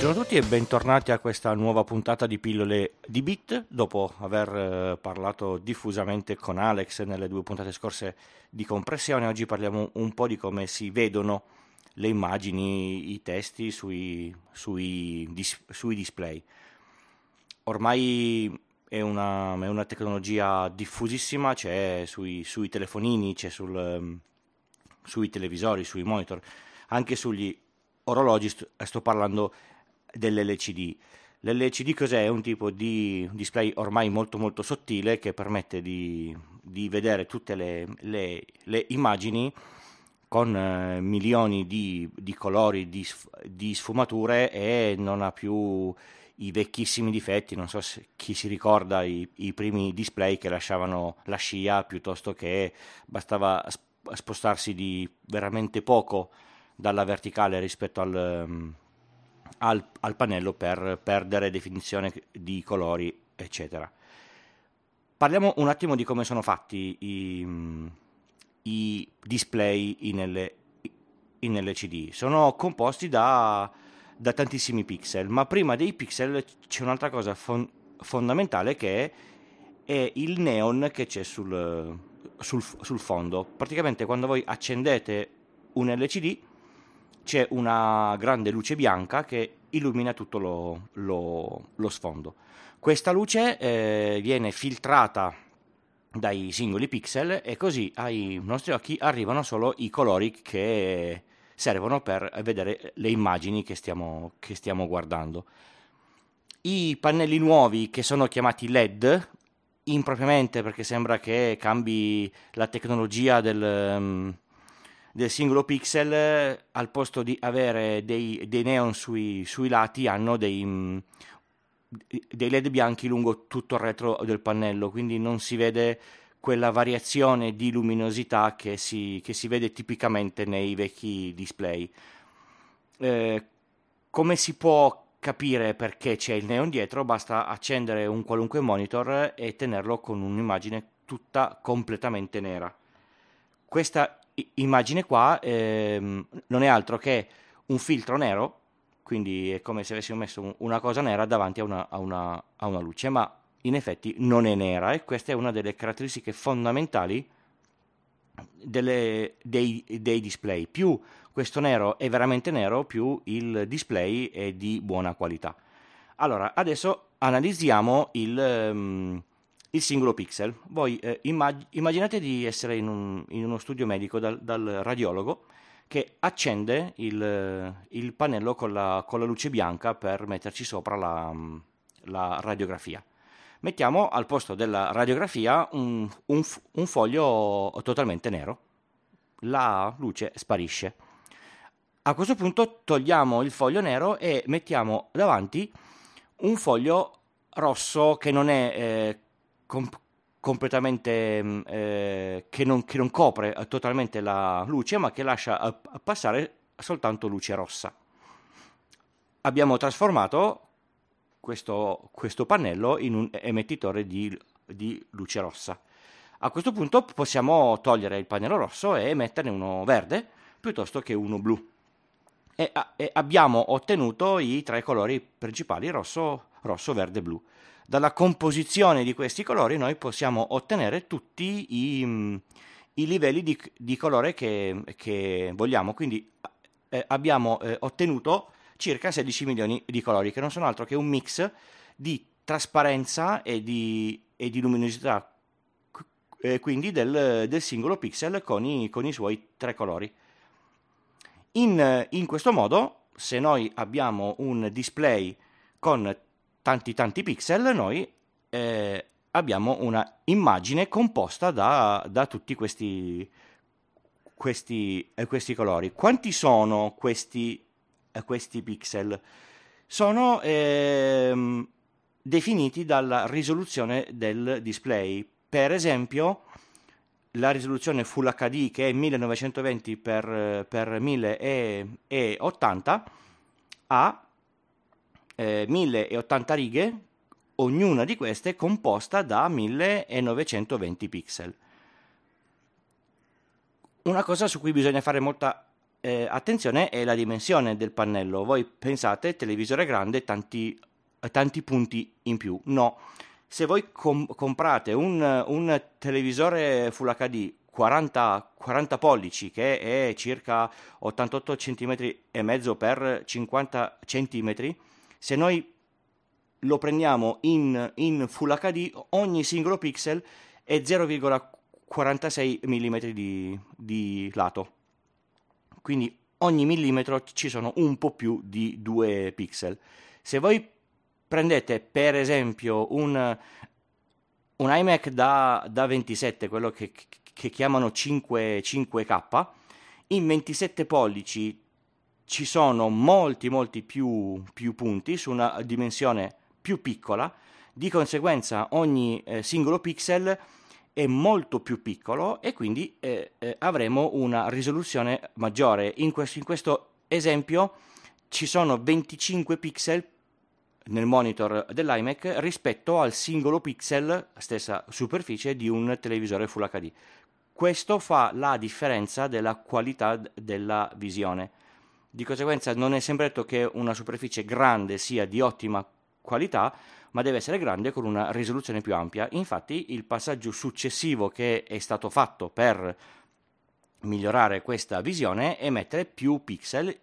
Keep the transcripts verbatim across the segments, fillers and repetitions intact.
Buongiorno a tutti e bentornati a questa nuova puntata di Pillole di Bit. Dopo aver eh, parlato diffusamente con Alex nelle due puntate scorse di compressione, oggi parliamo un po' di come si vedono le immagini, i testi sui, sui, dis- sui display. Ormai è una, è una tecnologia diffusissima, c'è sui, sui telefonini, c'è sul, ehm, sui televisori, sui monitor, anche sugli orologi. Sto, sto parlando dell'L C D. L'L C D cos'è? È un tipo di display ormai molto molto sottile che permette di, di vedere tutte le, le- le immagini con eh, milioni di, di colori, di, sf- di sfumature, e non ha più i vecchissimi difetti. Non so se chi si ricorda i, i primi display che lasciavano la scia, piuttosto che bastava sp- spostarsi di veramente poco dalla verticale rispetto al, ehm, al, al pannello per perdere definizione di colori, eccetera. Parliamo un attimo di come sono fatti i, i display in, L, in L C D. Sono composti da, da tantissimi pixel, ma prima dei pixel c'è un'altra cosa fon- fondamentale, che è, è il neon che c'è sul, sul, sul fondo. Praticamente quando voi accendete un L C D c'è una grande luce bianca che illumina tutto lo, lo- lo sfondo. Questa luce eh, viene filtrata dai singoli pixel, e così ai nostri occhi arrivano solo i colori che servono per vedere le immagini che stiamo, che stiamo guardando. I pannelli nuovi, che sono chiamati L E D, impropriamente perché sembra che cambi la tecnologia del, um, del singolo pixel, eh, al posto di avere dei, dei neon sui, sui lati, hanno dei, mm, dei L E D bianchi lungo tutto il retro del pannello, quindi non si vede quella variazione di luminosità che si, che si vede tipicamente nei vecchi display. Eh, come si può capire perché c'è il neon dietro? Basta accendere un qualunque monitor e tenerlo con un'immagine tutta completamente nera. Questa i- immagine qua ehm, non è altro che un filtro nero, quindi è come se avessimo messo un- una cosa nera davanti a una, a una- a una luce, ma in effetti non è nera, e questa è una delle caratteristiche fondamentali delle- dei, dei display. Più questo nero è veramente nero, più il display è di buona qualità. Allora, adesso analizziamo il, ehm, il singolo pixel. Voi eh, immag- immaginate di essere in, un- in uno studio medico dal, dal radiologo che accende il, il pannello con la, con la luce bianca per metterci sopra la, la radiografia. Mettiamo al posto della radiografia un, un f- un foglio totalmente nero. La luce sparisce. A questo punto togliamo il foglio nero e mettiamo davanti un foglio rosso che non è eh, com- completamente mm, eh, che non, che non copre eh, totalmente la luce, ma che lascia eh, passare soltanto luce rossa. Abbiamo trasformato questo, questo pannello in un emettitore di, di luce rossa. A questo punto possiamo togliere il pannello rosso e metterne uno verde piuttosto che uno blu. E, a- e abbiamo ottenuto i tre colori principali: rosso, rosso, verde e blu. Dalla composizione di questi colori noi possiamo ottenere tutti i, mm, i livelli di, di colore che, che vogliamo. Quindi eh, abbiamo eh, ottenuto circa sedici milioni di colori, che non sono altro che un mix di trasparenza e di, e di luminosità, qu- eh, quindi del, del singolo pixel con i, con i suoi tre colori. In, in questo modo, se noi abbiamo un display con tanti tanti pixel, noi eh, abbiamo una immagine composta da, da tutti questi, questi, eh, questi colori. Quanti sono questi, eh, questi pixel? Sono ehm, definiti dalla risoluzione del display. Per esempio, la risoluzione Full H D, che è millenovecentoventi per, per mille ottanta, ha eh, mille ottanta righe, ognuna di queste composta da millenovecentoventi pixel. Una cosa su cui bisogna fare molta eh, attenzione è la dimensione del pannello. Voi pensate televisore grande, tanti, tanti punti in più. No, se voi com- comprate un, un televisore Full H D quaranta, quaranta pollici, che è circa ottantotto centimetri e mezzo per cinquanta centimetri, se noi lo prendiamo in, in Full H D, ogni singolo pixel è zero virgola quarantasei millimetri di, di lato. Quindi ogni millimetro ci sono un po' più di due pixel. Se voi prendete per esempio un, un iMac da, da ventisette, quello che, che chiamano cinque, cinque K, in ventisette pollici ci sono molti molti più, più punti su una dimensione più piccola, di conseguenza ogni eh, singolo pixel è molto più piccolo e quindi eh, eh, avremo una risoluzione maggiore. In questo, in questo esempio ci sono venticinque pixel nel monitor dell'iMac rispetto al singolo pixel, stessa superficie, di un televisore Full H D. Questo fa la differenza della qualità della visione. Di conseguenza non è sempre detto che una superficie grande sia di ottima qualità, ma deve essere grande con una risoluzione più ampia. Infatti il passaggio successivo che è stato fatto per migliorare questa visione è mettere più pixel,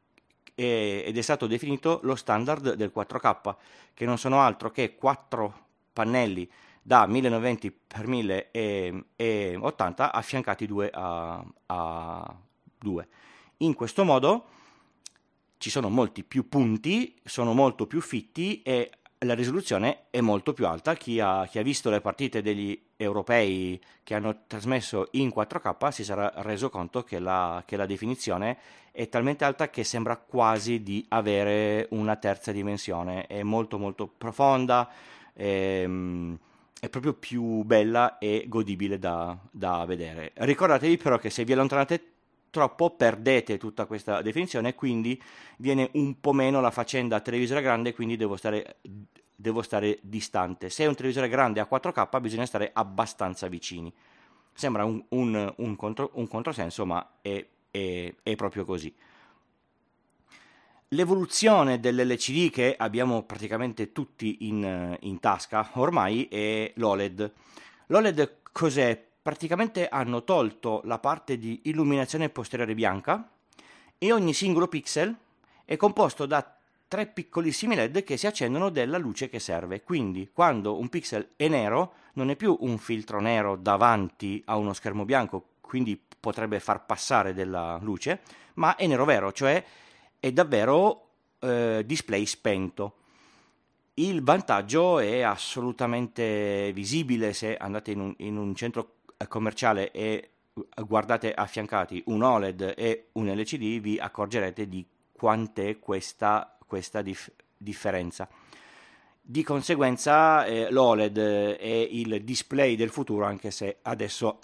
ed è stato definito lo standard del quattro K, che non sono altro che quattro pannelli da millenovecento venti per mille ottanta affiancati due a, a due. In questo modo ci sono molti più punti, sono molto più fitti e la risoluzione è molto più alta. Chi ha, chi ha visto le partite degli europei che hanno trasmesso in quattro K si sarà reso conto che la, che la definizione è talmente alta che sembra quasi di avere una terza dimensione. È molto molto profonda, è, è proprio più bella e godibile da, da vedere. Ricordatevi però che se vi allontanate troppo perdete tutta questa definizione, quindi viene un po' meno la faccenda televisore grande, quindi devo stare, devo stare distante. Se è un televisore grande a quattro K bisogna stare abbastanza vicini. Sembra un, un, un, contro, un controsenso, ma è, è, è proprio così. L'evoluzione dell'L C D che abbiamo praticamente tutti in, in tasca ormai è l'O L E D. L'O L E D cos'è? Praticamente hanno tolto la parte di illuminazione posteriore bianca e ogni singolo pixel è composto da tre piccolissimi L E D che si accendono della luce che serve. Quindi quando un pixel è nero non è più un filtro nero davanti a uno schermo bianco, quindi potrebbe far passare della luce, ma è nero vero, cioè è davvero eh, display spento. Il vantaggio è assolutamente visibile se andate in un, in un centro commerciale e guardate affiancati un O L E D e un L C D, vi accorgerete di quant'è questa, questa dif- differenza. Di conseguenza eh, l'O L E D è il display del futuro, anche se adesso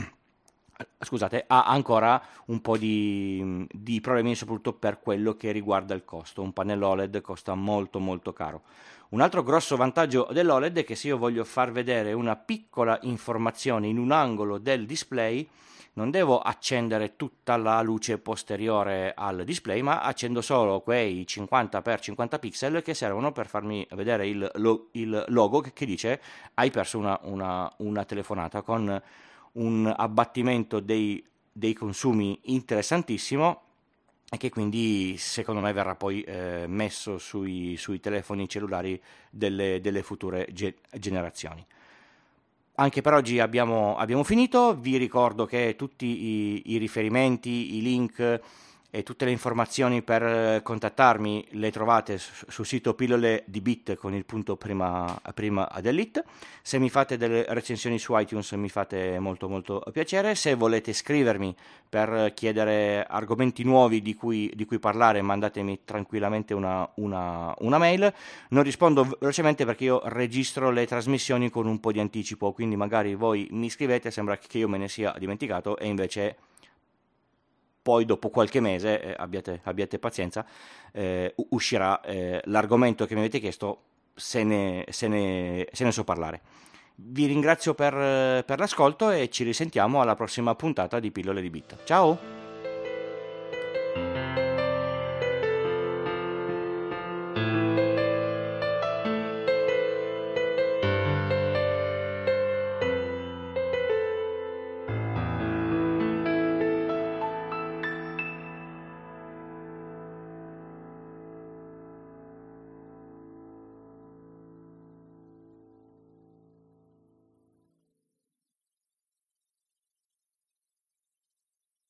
scusate, ha ancora un po' di, di problemi, soprattutto per quello che riguarda il costo. Un pannello O L E D costa molto molto caro. Un altro grosso vantaggio dell'O L E D è che se io voglio far vedere una piccola informazione in un angolo del display, non devo accendere tutta la luce posteriore al display, ma accendo solo quei cinquanta per cinquanta pixel che servono per farmi vedere il, lo, il logo che dice hai perso una, una, una telefonata, con un abbattimento dei, dei consumi interessantissimo, e che quindi secondo me verrà poi eh, messo sui, sui telefoni cellulari delle, delle future ge- generazioni. Anche per oggi abbiamo, abbiamo finito. Vi ricordo che tutti i, i riferimenti, i link e tutte le informazioni per contattarmi le trovate sul sito Pillole di Bit con il punto prima, prima dell'it. Se mi fate delle recensioni su iTunes mi fate molto molto piacere. Se volete scrivermi per chiedere argomenti nuovi di cui, di cui parlare, mandatemi tranquillamente una, una, una mail. Non rispondo velocemente perché io registro le trasmissioni con un po' di anticipo, quindi magari voi mi scrivete, sembra che io me ne sia dimenticato e invece poi dopo qualche mese, eh, abbiate, abbiate pazienza, eh, uscirà eh, l'argomento che mi avete chiesto, se ne, se ne, se ne so parlare. Vi ringrazio per, per l'ascolto e ci risentiamo alla prossima puntata di Pillole di Bit. Ciao!